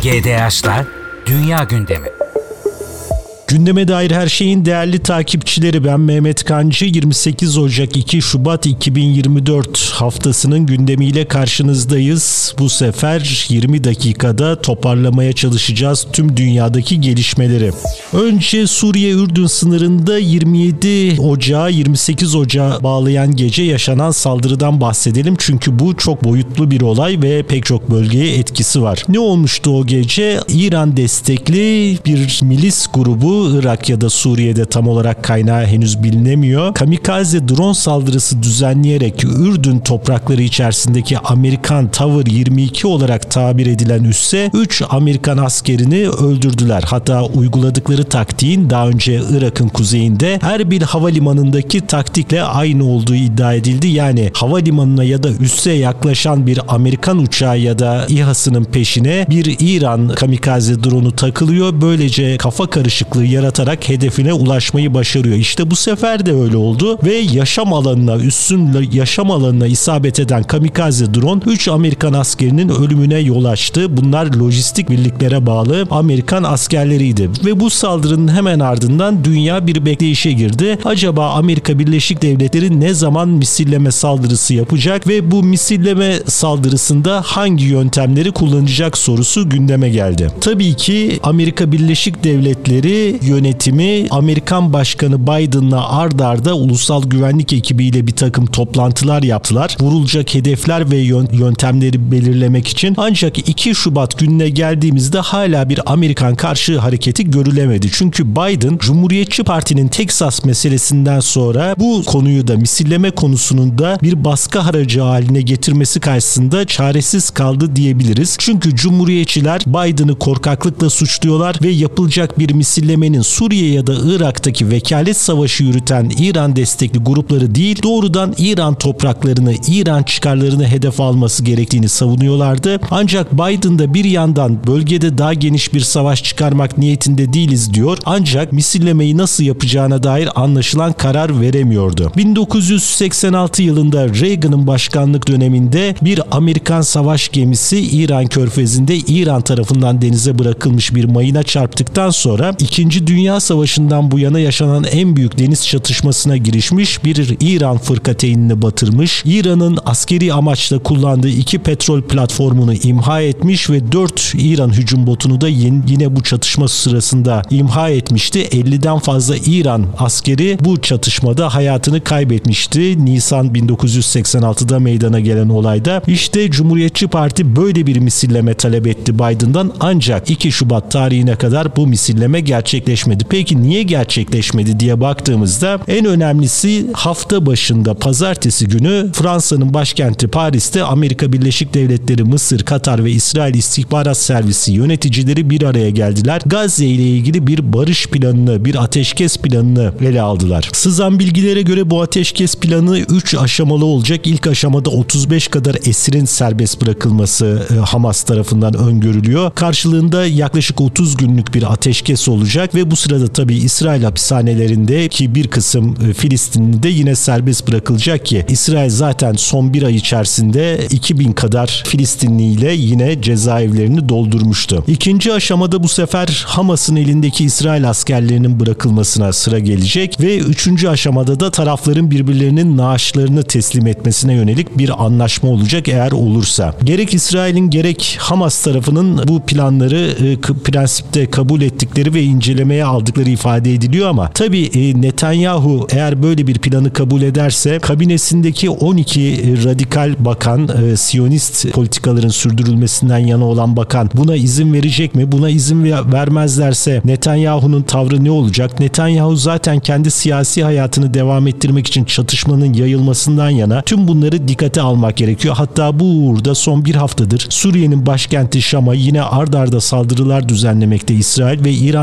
GDH'la Dünya Gündemi. Gündeme dair her şeyin değerli takipçileri, ben Mehmet Kancı. 28 Ocak 2 Şubat 2024 haftasının gündemiyle karşınızdayız. Bu sefer 20 dakikada toparlamaya çalışacağız tüm dünyadaki gelişmeleri. Önce Suriye-Ürdün sınırında 27 Ocağı 28 Ocağı bağlayan gece yaşanan saldırıdan bahsedelim. Çünkü bu çok boyutlu bir olay ve pek çok bölgeye etkisi var. Ne olmuştu o gece? İran destekli bir milis grubu, Irak ya da Suriye'de tam olarak kaynağı henüz bilinemiyor, kamikaze drone saldırısı düzenleyerek Ürdün toprakları içerisindeki Amerikan Tower 22 olarak tabir edilen üsse 3 Amerikan askerini öldürdüler. Hatta uyguladıkları taktiğin daha önce Irak'ın kuzeyinde Erbil havalimanındaki taktikle aynı olduğu iddia edildi. Yani havalimanına ya da üsse yaklaşan bir Amerikan uçağı ya da İHA'sının peşine bir İran kamikaze drone'u takılıyor. Böylece kafa karışıklığı yaratarak hedefine ulaşmayı başarıyor. İşte bu sefer de öyle oldu ve yaşam alanına isabet eden kamikaze drone 3 Amerikan askerinin ölümüne yol açtı. Bunlar lojistik birliklere bağlı Amerikan askerleriydi ve bu saldırının hemen ardından dünya bir bekleyişe girdi. Acaba Amerika Birleşik Devletleri ne zaman misilleme saldırısı yapacak ve bu misilleme saldırısında hangi yöntemleri kullanacak sorusu gündeme geldi. Tabii ki Amerika Birleşik Devletleri yönetimi Amerikan Başkanı Biden'la ard arda ulusal güvenlik ekibiyle bir takım toplantılar yaptılar. Vurulacak hedefler ve yöntemleri belirlemek için. Ancak 2 Şubat gününe geldiğimizde hala bir Amerikan karşı hareketi görülemedi. Çünkü Biden, Cumhuriyetçi Parti'nin Teksas meselesinden sonra bu konuyu da, misilleme konusunun da bir baskı aracı haline getirmesi karşısında çaresiz kaldı diyebiliriz. Çünkü Cumhuriyetçiler Biden'ı korkaklıkla suçluyorlar ve yapılacak bir misillemenin Suriye ya da Irak'taki vekalet savaşı yürüten İran destekli grupları değil, doğrudan İran topraklarını, İran çıkarlarını hedef alması gerektiğini savunuyorlardı. Ancak Biden da bir yandan bölgede daha geniş bir savaş çıkarmak niyetinde değiliz diyor. Ancak misillemeyi nasıl yapacağına dair anlaşılan karar veremiyordu. 1986 yılında Reagan'ın başkanlık döneminde bir Amerikan savaş gemisi İran Körfezi'nde İran tarafından denize bırakılmış bir mayına çarptıktan sonra 2. Dünya Savaşı'ndan bu yana yaşanan en büyük deniz çatışmasına girişmiş, bir İran fırkateynini batırmış, İran'ın askeri amaçla kullandığı 2 petrol platformunu imha etmiş ve 4 İran hücum botunu da yine bu çatışma sırasında imha etmişti. 50'den fazla İran askeri bu çatışmada hayatını kaybetmişti. Nisan 1986'da meydana gelen olayda. İşte Cumhuriyetçi Parti böyle bir misilleme talep etti Biden'dan, ancak 2 Şubat tarihine kadar bu misilleme gerçekleşmedi. Peki niye gerçekleşmedi diye baktığımızda en önemlisi, hafta başında pazartesi günü Fransa'nın başkenti Paris'te Amerika Birleşik Devletleri, Mısır, Katar ve İsrail İstihbarat Servisi yöneticileri bir araya geldiler. Gazze ile ilgili bir barış planını, bir ateşkes planını ele aldılar. Sızan bilgilere göre bu ateşkes planı 3 aşamalı olacak. İlk aşamada 35 kadar esirin serbest bırakılması Hamas tarafından öngörülüyor. Karşılığında yaklaşık 30 günlük bir ateşkes olacak ve bu sırada tabii İsrail hapishanelerinde ki bir kısım Filistinli de yine serbest bırakılacak ki İsrail zaten son bir ay içerisinde 2000 kadar Filistinli ile yine cezaevlerini doldurmuştu. İkinci aşamada bu sefer Hamas'ın elindeki İsrail askerlerinin bırakılmasına sıra gelecek ve 3. aşamada da tarafların birbirlerinin naaşlarını teslim etmesine yönelik bir anlaşma olacak eğer olursa. Gerek İsrail'in gerek Hamas tarafının bu planları prensipte kabul ettikleri ve incelemeye aldıkları ifade ediliyor ama tabii Netanyahu eğer böyle bir planı kabul ederse kabinesindeki 12 radikal bakan, Siyonist politikaların sürdürülmesinden yana olan bakan buna izin verecek mi? Buna izin vermezlerse Netanyahu'nun tavrı ne olacak? Netanyahu zaten kendi siyasi hayatını devam ettirmek için çatışmanın yayılmasından yana, tüm bunları dikkate almak gerekiyor. Hatta bu uğurda son bir haftadır Suriye'nin başkenti Şam'a yine ard arda saldırılar düzenlemekte İsrail ve İran Devrim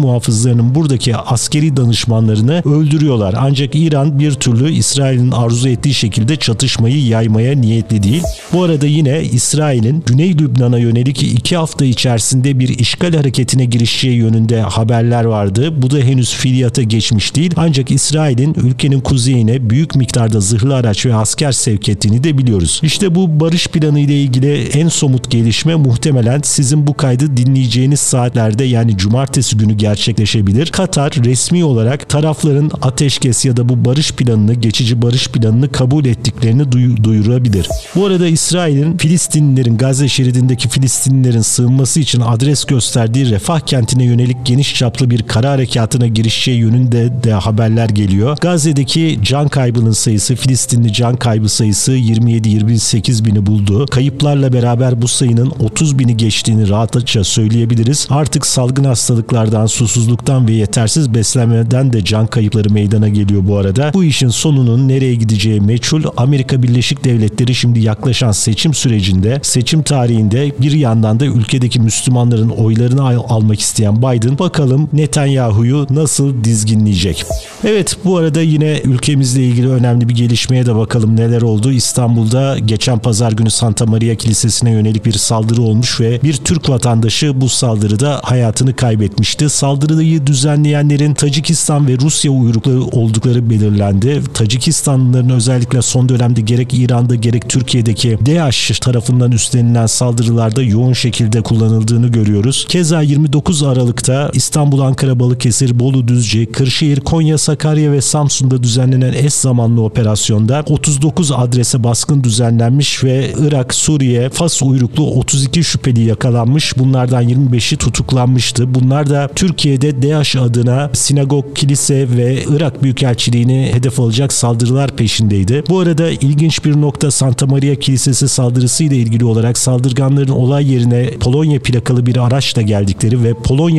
muhafızlarının buradaki askeri danışmanlarını öldürüyorlar. Ancak İran bir türlü İsrail'in arzu ettiği şekilde çatışmayı yaymaya niyetli değil. Bu arada yine İsrail'in Güney Lübnan'a yönelik 2 hafta içerisinde bir işgal hareketine girişeceği yönünde haberler vardı. Bu da henüz fiiliyata geçmiş değil. Ancak İsrail'in ülkenin kuzeyine büyük miktarda zırhlı araç ve asker sevk ettiğini de biliyoruz. İşte bu barış planı ile ilgili en somut gelişme muhtemelen sizin bu kaydı dinleyeceğiniz saatlerde, yani cumartesi günü gerçekleşebilir. Katar resmi olarak tarafların ateşkes ya da bu barış planını, geçici barış planını kabul ettiklerini duyurabilir. Bu arada İsrail'in Filistinlilerin, Gazze şeridindeki Filistinlilerin sığınması için adres gösterdiği Refah kentine yönelik geniş çaplı bir kara harekatına girişeceği yönünde de haberler geliyor. Gazze'deki can kaybının sayısı, Filistinli can kaybı sayısı 27-28 bini buldu. Kayıplarla beraber bu sayının 30 bini geçtiğini rahatça söyleyebiliriz. Artık salgın hastalıklardan, susuzluktan ve yetersiz beslenmeden de can kayıpları meydana geliyor bu arada. Bu işin sonunun nereye gideceği meçhul. Amerika Birleşik Devletleri şimdi yaklaşan seçim sürecinde, seçim tarihinde bir yandan da ülkedeki Müslümanların oylarını almak isteyen Biden bakalım Netanyahu'yu nasıl dizginleyecek. Evet, bu arada yine ülkemizle ilgili önemli bir gelişmeye de bakalım neler oldu. İstanbul'da geçen pazar günü Santa Maria Kilisesi'ne yönelik bir saldırı olmuş ve bir Türk vatandaşı bu saldırıda hayatını kaybetmişti. Saldırıyı düzenleyenlerin Tacikistan ve Rusya uyruklu oldukları belirlendi. Tacikistanlıların özellikle son dönemde gerek İran'da gerek Türkiye'deki DAEŞ tarafından üstlenilen saldırılarda yoğun şekilde kullanıldığını görüyoruz. Keza 29 Aralık'ta İstanbul, Ankara, Balıkesir, Bolu, Düzce, Kırşehir, Konya, Sakarya ve Samsun'da düzenlenen eş zamanlı operasyonda 39 adrese baskın düzenlenmiş ve Irak, Suriye, Fas uyruklu 32 şüpheli yakalanmış. Bunlardan 25'i tutuklanmıştı. Bunlar da Türkiye'de DAEŞ adına sinagog, kilise ve Irak Büyükelçiliğini hedef alacak saldırılar peşindeydi. Bu arada ilginç bir nokta, Santa Maria Kilisesi saldırısı ile ilgili olarak saldırganların olay yerine Polonya plakalı bir araçla geldikleri ve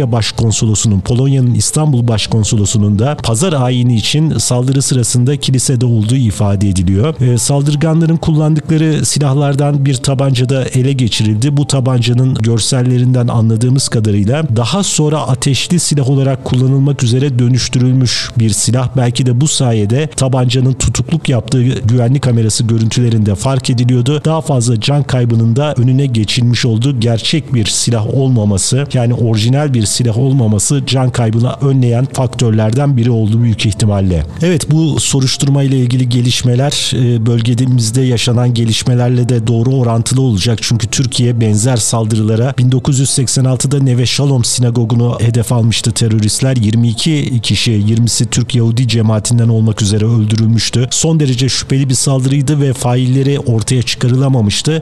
Polonya'nın İstanbul Başkonsolosu'nun da pazar ayini için saldırı sırasında kilisede olduğu ifade ediliyor. Saldırganların kullandıkları silahlardan bir tabanca da ele geçirildi. Bu tabancanın görsellerinden anladığımız kadarıyla daha sonra ateşli silah olarak kullanılmak üzere dönüştürülmüş bir silah. Belki de bu sayede tabancanın tutukluk yaptığı güvenlik kamerası görüntülerinde fark ediliyordu. Daha fazla can kaybının da önüne geçilmiş oldu. Gerçek bir silah olmaması, yani orijinal bir silah olmaması can kaybını önleyen faktörlerden biri oldu büyük ihtimalle. Evet, bu soruşturma ile ilgili gelişmeler bölgemizde yaşanan gelişmelerle de doğru orantılı olacak. Çünkü Türkiye benzer saldırılara 1986'da Neve Shalom sinagogunu hedef almıştı teröristler. 22 kişi, 20'si Türk Yahudi cemaatinden olmak üzere öldürülmüştü. Son derece şüpheli bir saldırıydı ve failleri ortaya çıkarılamamıştı.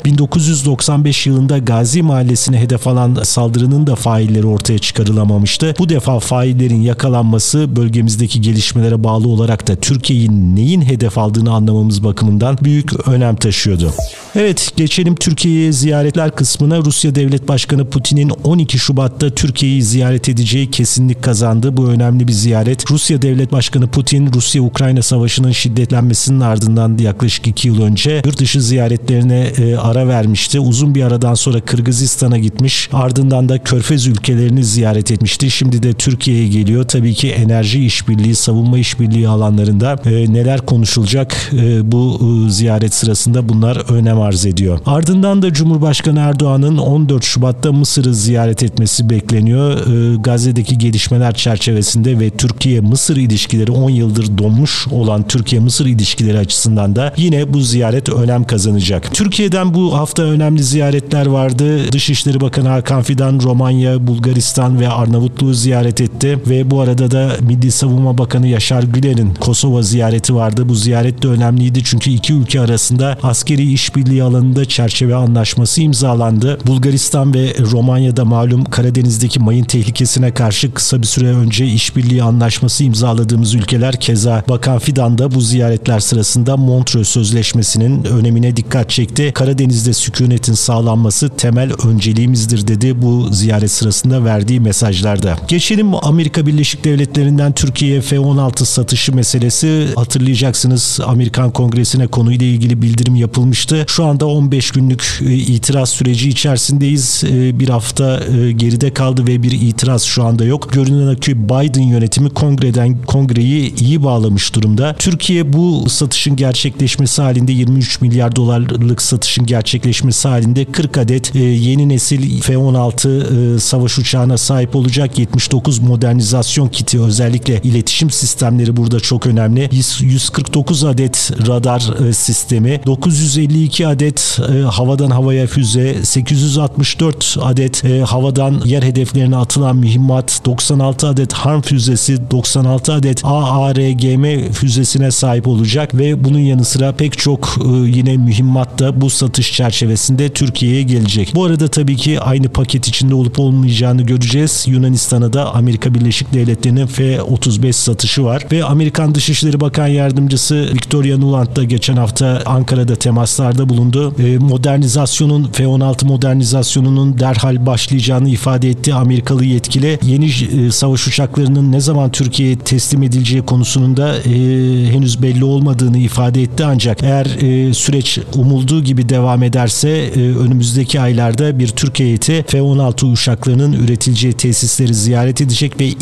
1995 yılında Gazi Mahallesi'ne hedef alan saldırının da failleri ortaya çıkarılamamıştı. Bu defa faillerin yakalanması bölgemizdeki gelişmelere bağlı olarak da Türkiye'nin neyin hedef aldığını anlamamız bakımından büyük önem taşıyordu. Evet, geçelim Türkiye'ye ziyaretler kısmına. Rusya Devlet Başkanı Putin'in 12 Şubat'ta Türkiye'yi ziyaret edeceği kesinlik kazandı. Bu önemli bir ziyaret. Rusya Devlet Başkanı Putin, Rusya-Ukrayna Savaşı'nın şiddetlenmesinin ardından yaklaşık 2 yıl önce yurt dışı ziyaretlerine ara vermişti. Uzun bir aradan sonra Kırgızistan'a gitmiş. Ardından da Körfez ülkelerini ziyaret etmişti. Şimdi de Türkiye'ye geliyor. Tabii ki enerji işbirliği, savunma işbirliği alanlarında neler konuşulacak bu ziyaret sırasında, bunlar önem arz ediyor. Ardından da Cumhurbaşkanı Erdoğan'ın 14 Şubat'ta Mısır'ı ziyaret etmesi bekleniyor. Gazze'deki gelişmeler çerçevesinde ve Türkiye-Mısır ilişkileri 10 yıldır donmuş olan Türkiye-Mısır ilişkileri açısından da yine bu ziyaret önem kazanacak. Türkiye'den bu hafta önemli ziyaretler vardı. Dışişleri Bakanı Hakan Fidan Romanya, Bulgaristan ve Arnavutluğu ziyaret etti ve bu arada da Milli Savunma Bakanı Yaşar Güler'in Kosova ziyareti vardı. Bu ziyaret de önemliydi çünkü iki ülke arasında askeri işbirliği alanında çerçeve anlaşması imzalandı. Bulgaristan ve Romanya'da malum Karadeniz'deki mayın tehlikesine karşı kısa bir süre önce işbirliği anlaşması imzaladığımız ülkeler. Keza Bakan Fidan da bu ziyaretler sırasında Montreux Sözleşmesi'nin önemine dikkat çekti. Karadeniz'de sükunetin sağlanması temel önceliğimizdir dedi bu ziyaret sırasında verdiği mesajlarda. Geçelim Amerika Birleşik Devletleri'nden Türkiye'ye F-16 satışı meselesi. Hatırlayacaksınız, Amerikan Kongresi'ne konuyla ilgili bildirim yapılmıştı. Şu Şu anda 15 günlük itiraz süreci içerisindeyiz. Bir hafta geride kaldı ve bir itiraz şu anda yok. Görünen ki Biden yönetimi kongreyi iyi bağlamış durumda. Türkiye bu satışın gerçekleşmesi halinde 23 milyar dolarlık satışın gerçekleşmesi halinde 40 adet yeni nesil F-16 savaş uçağına sahip olacak. 79 modernizasyon kiti, özellikle iletişim sistemleri burada çok önemli. 149 adet radar sistemi, 952 adet havadan havaya füze, 864 adet havadan yer hedeflerine atılan mühimmat, 96 adet HARM füzesi, 96 adet AARGM füzesine sahip olacak ve bunun yanı sıra pek çok yine mühimmat da bu satış çerçevesinde Türkiye'ye gelecek. Bu arada tabii ki aynı paket içinde olup olmayacağını göreceğiz. Yunanistan'a da Amerika Birleşik Devletleri'nin F-35 satışı var ve Amerikan Dışişleri Bakan Yardımcısı Victoria Nuland da geçen hafta Ankara'da temaslarda bulundu. Modernizasyonun, F-16 modernizasyonunun derhal başlayacağını ifade etti Amerikalı yetkili. Yeni savaş uçaklarının ne zaman Türkiye'ye teslim edileceği konusunda henüz belli olmadığını ifade etti, ancak eğer süreç umulduğu gibi devam ederse önümüzdeki aylarda bir Türk heyeti F-16 uçaklarının üretileceği tesisleri ziyaret edecek ve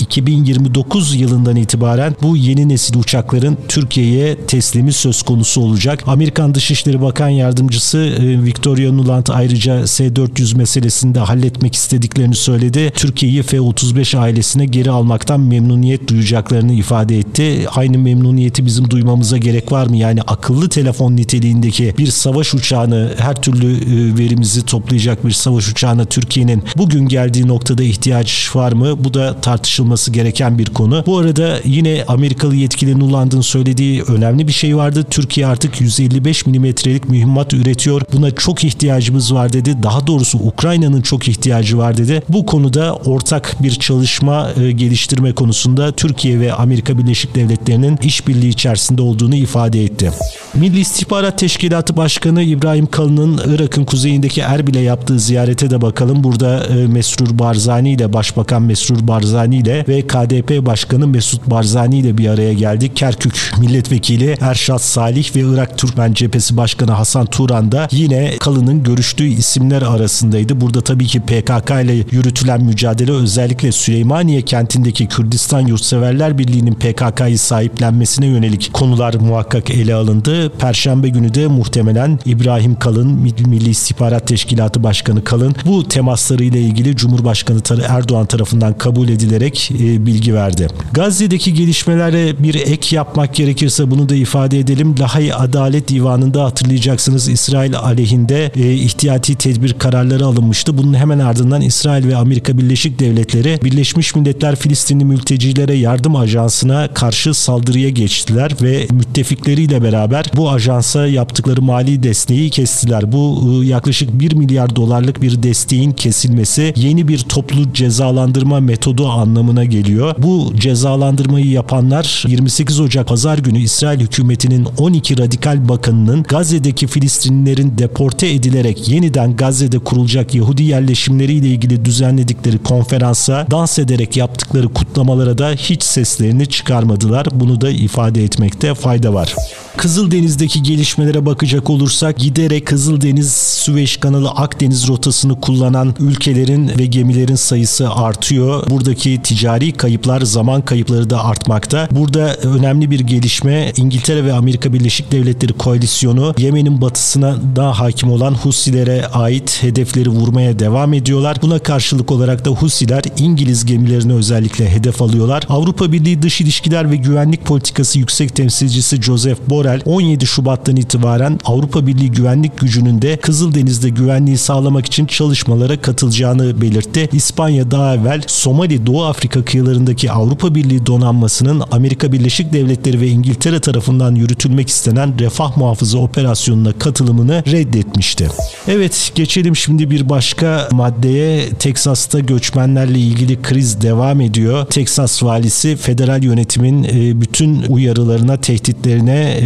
2029 yılından itibaren bu yeni nesil uçakların Türkiye'ye teslimi söz konusu olacak. Amerikan Dışişleri Bakan Yardımcısı Victoria Nuland ayrıca S-400 meselesini de halletmek istediklerini söyledi. Türkiye'yi F-35 ailesine geri almaktan memnuniyet duyacaklarını ifade etti. Aynı memnuniyeti bizim duymamıza gerek var mı? Yani akıllı telefon niteliğindeki bir savaş uçağını, her türlü verimizi toplayacak bir savaş uçağına Türkiye'nin bugün geldiği noktada ihtiyaç var mı? Bu da tartışılması gereken bir konu. Bu arada yine Amerikalı yetkili Nuland'ın söylediği önemli bir şey vardı. Türkiye artık 155 milimetrelik mühimmat üretiyor. Buna çok ihtiyacımız var dedi. Daha doğrusu Ukrayna'nın çok ihtiyacı var dedi. Bu konuda ortak bir çalışma geliştirme konusunda Türkiye ve Amerika Birleşik Devletleri'nin işbirliği içerisinde olduğunu ifade etti. Milli İstihbarat Teşkilatı Başkanı İbrahim Kalın'ın Irak'ın kuzeyindeki Erbil'e yaptığı ziyarete de bakalım. Burada Mesrur Barzani ile, Başbakan Mesrur Barzani ile ve KDP Başkanı Mesut Barzani ile bir araya geldi. Kerkük Milletvekili Erşad Salih ve Irak Türkmen Cephesi Başkanı Hasan Turan da yine Kalın'ın görüştüğü isimler arasındaydı. Burada tabii ki PKK ile yürütülen mücadele, özellikle Süleymaniye kentindeki Kürdistan Yurtseverler Birliği'nin PKK'yı sahiplenmesine yönelik konular muhakkak ele alındı. Perşembe günü de muhtemelen İbrahim Kalın, Milli İstihbarat Teşkilatı Başkanı Kalın bu temaslarıyla ilgili Cumhurbaşkanı Erdoğan tarafından kabul edilerek bilgi verdi. Gazze'deki gelişmelere bir ek yapmak gerekirse bunu da ifade edelim. Lahey Adalet Divanı'nda hatırlayacaksınız İsrail aleyhinde ihtiyati tedbir kararları alınmıştı. Bunun hemen ardından İsrail ve Amerika Birleşik Devletleri Birleşmiş Milletler Filistinli Mültecilere Yardım Ajansı'na karşı saldırıya geçtiler ve müttefikleriyle beraber bu ajansa yaptıkları mali desteği kestiler. Bu yaklaşık 1 milyar dolarlık bir desteğin kesilmesi yeni bir toplu cezalandırma metodu anlamına geliyor. Bu cezalandırmayı yapanlar 28 Ocak Pazar günü İsrail hükümetinin 12 radikal bakanının Gazze'deki Filistinlilerin deporte edilerek yeniden Gazze'de kurulacak Yahudi yerleşimleriyle ilgili düzenledikleri konferansa dans ederek yaptıkları kutlamalara da hiç seslerini çıkarmadılar. Bunu da ifade etmekte fayda var. Kızıldeniz'deki gelişmelere bakacak olursak giderek Kızıldeniz, Süveyş Kanalı, Akdeniz rotasını kullanan ülkelerin ve gemilerin sayısı artıyor. Buradaki ticari kayıplar, zaman kayıpları da artmakta. Burada önemli bir gelişme, İngiltere ve Amerika Birleşik Devletleri koalisyonu Yemen'in batısına daha hakim olan Husilere ait hedefleri vurmaya devam ediyorlar. Buna karşılık olarak da Husiler İngiliz gemilerini özellikle hedef alıyorlar. Avrupa Birliği Dış İlişkiler ve Güvenlik Politikası Yüksek Temsilcisi Joseph Borrell 17 Şubat'tan itibaren Avrupa Birliği güvenlik gücünün de Kızıldeniz'de güvenliği sağlamak için çalışmalara katılacağını belirtti. İspanya daha evvel Somali, Doğu Afrika kıyılarındaki Avrupa Birliği donanmasının Amerika Birleşik Devletleri ve İngiltere tarafından yürütülmek istenen refah muhafızı operasyonuna katılımını reddetmişti. Evet, geçelim şimdi bir başka maddeye. Teksas'ta göçmenlerle ilgili kriz devam ediyor. Teksas valisi federal yönetimin bütün uyarılarına, tehditlerine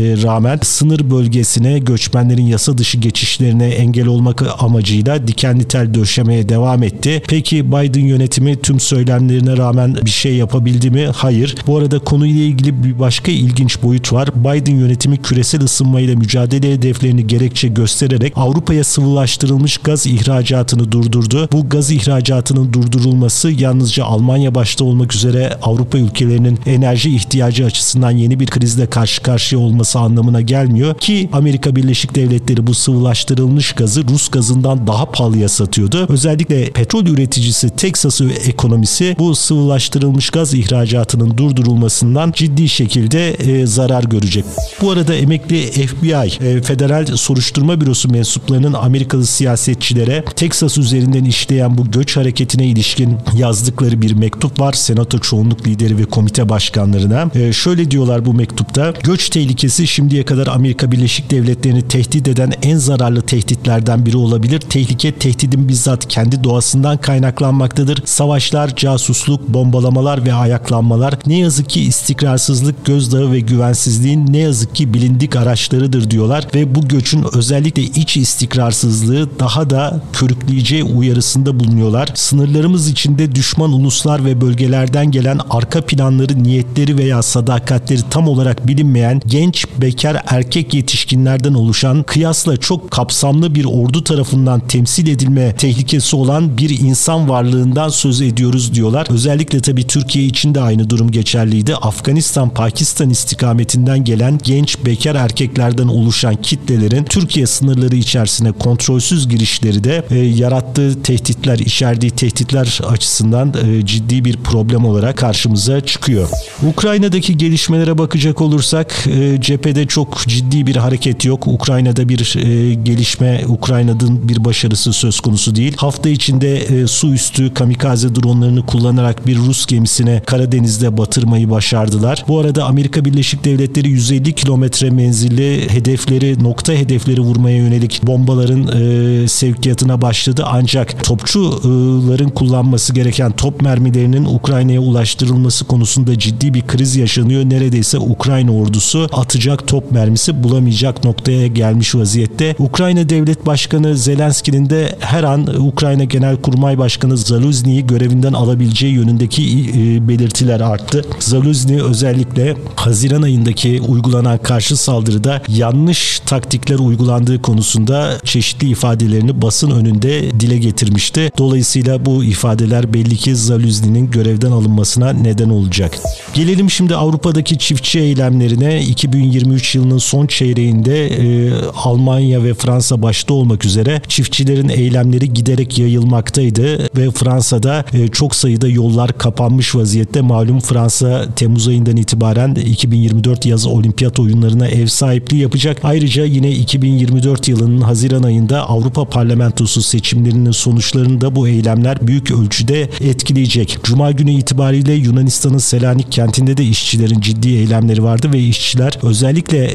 rağmen sınır bölgesine göçmenlerin yasa dışı geçişlerine engel olmak amacıyla dikenli tel döşemeye devam etti. Peki Biden yönetimi tüm söylemlerine rağmen bir şey yapabildi mi? Hayır. Bu arada konuyla ilgili bir başka ilginç boyut var. Biden yönetimi küresel ısınmayla mücadele hedeflerini gerekçe göstererek Avrupa'ya sıvılaştırılmış gaz ihracatını durdurdu. Bu gaz ihracatının durdurulması yalnızca Almanya başta olmak üzere Avrupa ülkelerinin enerji ihtiyacı açısından yeni bir krizle karşı karşıya olması anlamına gelmiyor ki Amerika Birleşik Devletleri bu sıvılaştırılmış gazı Rus gazından daha pahalıya satıyordu. Özellikle petrol üreticisi Texas ekonomisi bu sıvılaştırılmış gaz ihracatının durdurulmasından ciddi şekilde zarar görecek. Bu arada emekli FBI Federal Soruşturma Bürosu mensuplarının Amerikalı siyasetçilere Texas üzerinden işleyen bu göç hareketine ilişkin yazdıkları bir mektup var. Senato çoğunluk lideri ve komite başkanlarına. Şöyle diyorlar bu mektupta: göç tehlikesi şimdiye kadar Amerika Birleşik Devletleri'ni tehdit eden en zararlı tehditlerden biri olabilir. Tehdidin bizzat kendi doğasından kaynaklanmaktadır. Savaşlar, casusluk, bombalamalar ve ayaklanmalar ne yazık ki istikrarsızlık, gözdağı ve güvensizliğin ne yazık ki bilindik araçlarıdır diyorlar ve bu göçün özellikle iç istikrarsızlığı daha da körükleyeceği uyarısında bulunuyorlar. Sınırlarımız içinde düşman uluslar ve bölgelerden gelen arka planları, niyetleri veya sadakatleri tam olarak bilinmeyen genç, bekar, erkek yetişkinlerden oluşan kıyasla çok kapsamlı bir ordu tarafından temsil edilme tehlikesi olan bir insan varlığından söz ediyoruz diyorlar. Özellikle tabii Türkiye için de aynı durum geçerliydi. Afganistan, Pakistan istikametinden gelen genç, bekar erkeklerden oluşan kitlelerin Türkiye sınırları içerisine kontrolsüz girişleri de yarattığı tehditler, içerdiği tehditler açısından ciddi bir problem olarak karşımıza çıkıyor. Ukrayna'daki gelişmelere bakacak olursak cephede çok ciddi bir hareket yok. Ukrayna'da bir gelişme, Ukrayna'nın bir başarısı söz konusu değil. Hafta içinde su üstü kamikaze dronlarını kullanarak bir Rus gemisine Karadeniz'de batırmayı başardılar. Bu arada Amerika Birleşik Devletleri 150 kilometre menzilli nokta hedefleri vurmaya yönelik bombaların sevkiyatına başladı. Ancak topçuların kullanması gereken top mermilerinin Ukrayna'ya ulaştırılması konusunda ciddi bir kriz yaşanıyor. Neredeyse Ukrayna ordusu atacak top mermisi bulamayacak noktaya gelmiş vaziyette. Ukrayna Devlet Başkanı Zelenski'nin de her an Ukrayna Genelkurmay Başkanı Zaluzny'yi görevinden alabileceği yönündeki belirtiler arttı. Zaluzny özellikle Haziran ayındaki uygulanan karşı saldırıda yanlış taktikler uygulandığı konusunda çeşitli ifadelerini basın önünde dile getirmişti. Dolayısıyla bu ifadeler belli ki Zaluzny'nin görevden alınmasına neden olacak. Gelelim şimdi Avrupa'daki çiftçi eylemlerine. 2023 yılının son çeyreğinde Almanya ve Fransa başta olmak üzere çiftçilerin eylemleri giderek yayılmaktaydı ve Fransa'da çok sayıda yollar kapanmış vaziyette. Malum Fransa Temmuz ayından itibaren 2024 yaz olimpiyat oyunlarına ev sahipliği yapacak. Ayrıca yine 2024 yılının Haziran ayında Avrupa Parlamentosu seçimlerinin sonuçlarını da bu eylemler büyük ölçüde etkileyecek. Cuma günü itibariyle Yunanistan'ın Selanik kentinde de işçilerin ciddi eylemleri vardı ve işçiler özellikle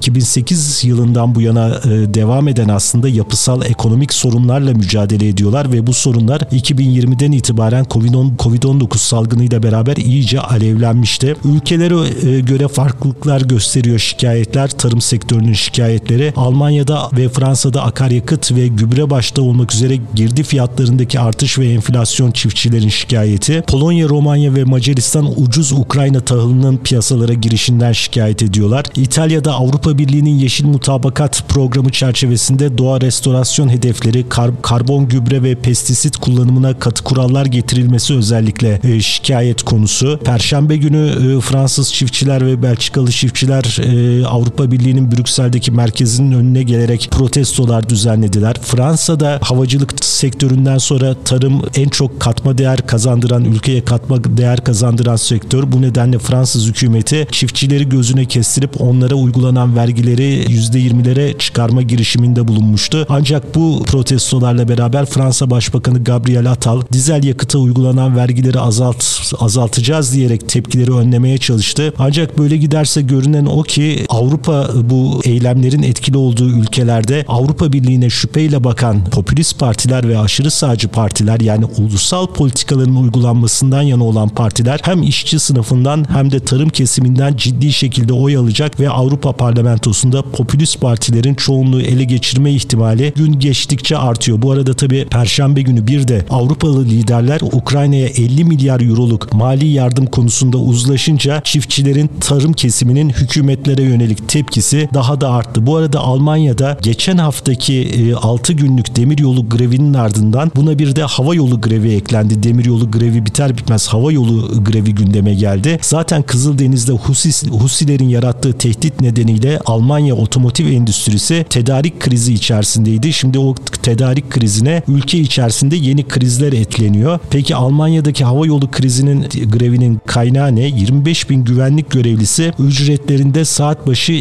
2008 yılından bu yana devam eden aslında yapısal ekonomik sorunlarla mücadele ediyorlar ve bu sorunlar 2020'den itibaren Covid-19 salgınıyla beraber iyice alevlenmişti. Ülkelere göre farklılıklar gösteriyor şikayetler, tarım sektörünün şikayetleri. Almanya'da ve Fransa'da akaryakıt ve gübre başta olmak üzere girdi fiyatlarındaki artış ve enflasyon çiftçilerin şikayeti. Polonya, Romanya ve Macaristan ucuz Ukrayna tahılının piyasalara girişinden şikayet ediyorlar. İtalya'da Avrupa Birliği'nin Yeşil Mutabakat programı çerçevesinde doğa restorasyon hedefleri, karbon gübre ve pestisit kullanımına katı kurallar getirilmesi özellikle şikayet konusu. Perşembe günü Fransız çiftçiler ve Belçikalı çiftçiler Avrupa Birliği'nin Brüksel'deki merkezinin önüne gelerek protestolar düzenlediler. Fransa'da havacılık sektöründen sonra tarım en çok katma değer kazandıran, ülkeye katma değer kazandıran sektör. Bu nedenle Fransız hükümeti çiftçileri gözüne kestirip onlara uygulanan vergileri %20'lere çıkarma girişiminde bulunmuştu. Ancak bu protestolarla beraber Fransa Başbakanı Gabriel Attal dizel yakıta uygulanan vergileri azaltacağız diyerek tepkileri önlemeye çalıştı. Ancak böyle giderse görünen o ki Avrupa bu eylemlerin etkili olduğu ülkelerde Avrupa Birliği'ne şüpheyle bakan popülist partiler ve aşırı sağcı partiler, yani ulusal politikaların uygulanmasından yana olan partiler hem işçi sınıfından hem de tarım kesiminden ciddi şekilde oy alacak ve Avrupa Parlamentosu'nda popülist partilerin çoğunluğu ele geçirme ihtimali gün geçtikçe artıyor. Bu arada tabii Perşembe günü bir de Avrupalı liderler Ukrayna'ya 50 milyar euroluk mali yardım konusunda uzlaşınca çiftçilerin tarım kesiminin hükümetlere yönelik tepkisi daha da arttı. Bu arada Almanya'da geçen haftaki 6 günlük demiryolu grevinin ardından buna bir de havayolu grevi eklendi. Demiryolu grevi biter bitmez havayolu grevi gündeme geldi. Zaten Kızıldeniz'de Husilerin yarattığı tehdit nedeniyle Almanya otomotiv endüstrisi tedarik krizi içerisindeydi. Şimdi o tedarik krizine ülke içerisinde yeni krizler ekleniyor. Peki Almanya'daki havayolu grevinin kaynağı ne? 25 bin güvenlik görevlisi ücretlerinde saat başı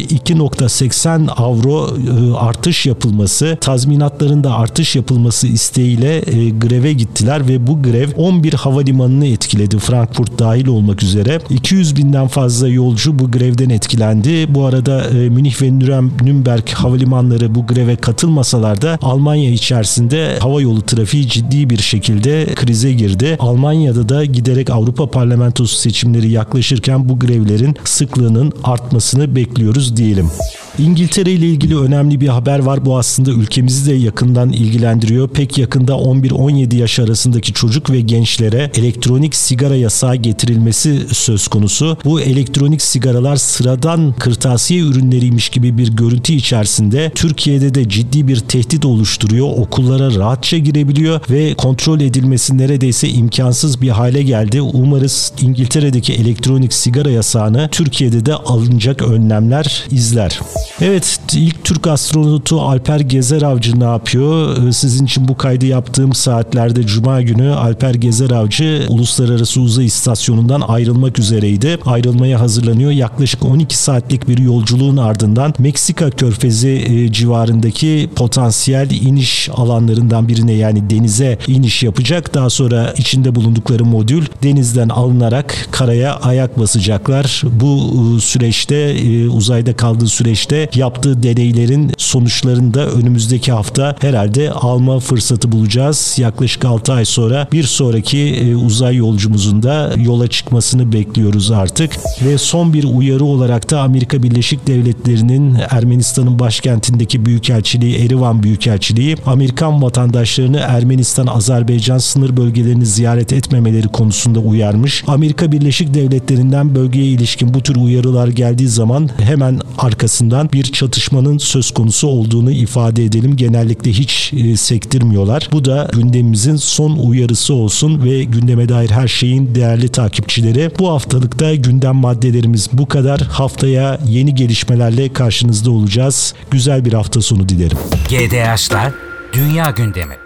2.80 avro artış yapılması, tazminatlarında artış yapılması isteğiyle greve gittiler ve bu grev 11 havalimanını etkiledi. Frankfurt dahil olmak üzere. 200 binden fazla yolcu bu grevden etkilendi. Bu arada Münih ve Nürnberg havalimanları bu greve katılmasalar da Almanya içerisinde havayolu trafiği ciddi bir şekilde krize girdi. Almanya'da da giderek Avrupa Parlamentosu seçimleri yaklaşırken bu grevlerin sıklığının artmasını bekliyoruz diyelim. İngiltere ile ilgili önemli bir haber var. Bu aslında ülkemizi de yakından ilgilendiriyor. Pek yakında 11-17 yaş arasındaki çocuk ve gençlere elektronik sigara yasağı getirilmesi söz konusu. Bu elektronik sigaralar sıradan kırtasiye ürünleriymiş gibi bir görüntü içerisinde Türkiye'de de ciddi bir tehdit oluşturuyor. Okullara rahatça girebiliyor ve kontrol edilmesi neredeyse imkansız bir hale geldi. Umarız İngiltere'deki elektronik sigara yasağını Türkiye'de de alınacak önlemler izler. Evet, ilk Türk astronotu Alper Gezer Avcı ne yapıyor? Sizin için bu kaydı yaptığım saatlerde Cuma günü Alper Gezer Avcı Uluslararası Uzay İstasyonu'ndan ayrılmak üzereydi. Ayrılmaya hazırlanıyor. Yaklaşık 12 saatlik bir yolculuğun ardından Meksika Körfezi civarındaki potansiyel iniş alanlarından birine, yani denize iniş yapacak. Daha sonra içinde bulundukları modül denizden alınarak karaya ayak basacaklar. Bu süreçte, uzayda kaldığı süreçte yaptığı deneylerin sonuçlarını da önümüzdeki hafta herhalde alma fırsatı bulacağız. Yaklaşık 6 ay sonra bir sonraki uzay yolcumuzun da yola çıkmasını bekliyoruz artık. Ve son bir uyarı olarak da Amerika Birleşik Devletleri'nin Ermenistan'ın başkentindeki büyükelçiliği, Erivan Büyükelçiliği, Amerikan vatandaşlarını Ermenistan-Azerbaycan sınır bölgelerini ziyaret etmemeleri konusunda uyarmış. Amerika Birleşik Devletleri'nden bölgeye ilişkin bu tür uyarılar geldiği zaman hemen arkasından bir çatışmanın söz konusu olduğunu ifade edelim. Genellikle hiç sektirmiyorlar. Bu da gündemimizin son uyarısı olsun ve gündeme dair her şeyin değerli takipçileri. Bu haftalıkta gündem maddelerimiz bu kadar. Haftaya yeni gelişmelerle karşınızda olacağız. Güzel bir hafta sonu dilerim. GDH'lar Dünya Gündemi.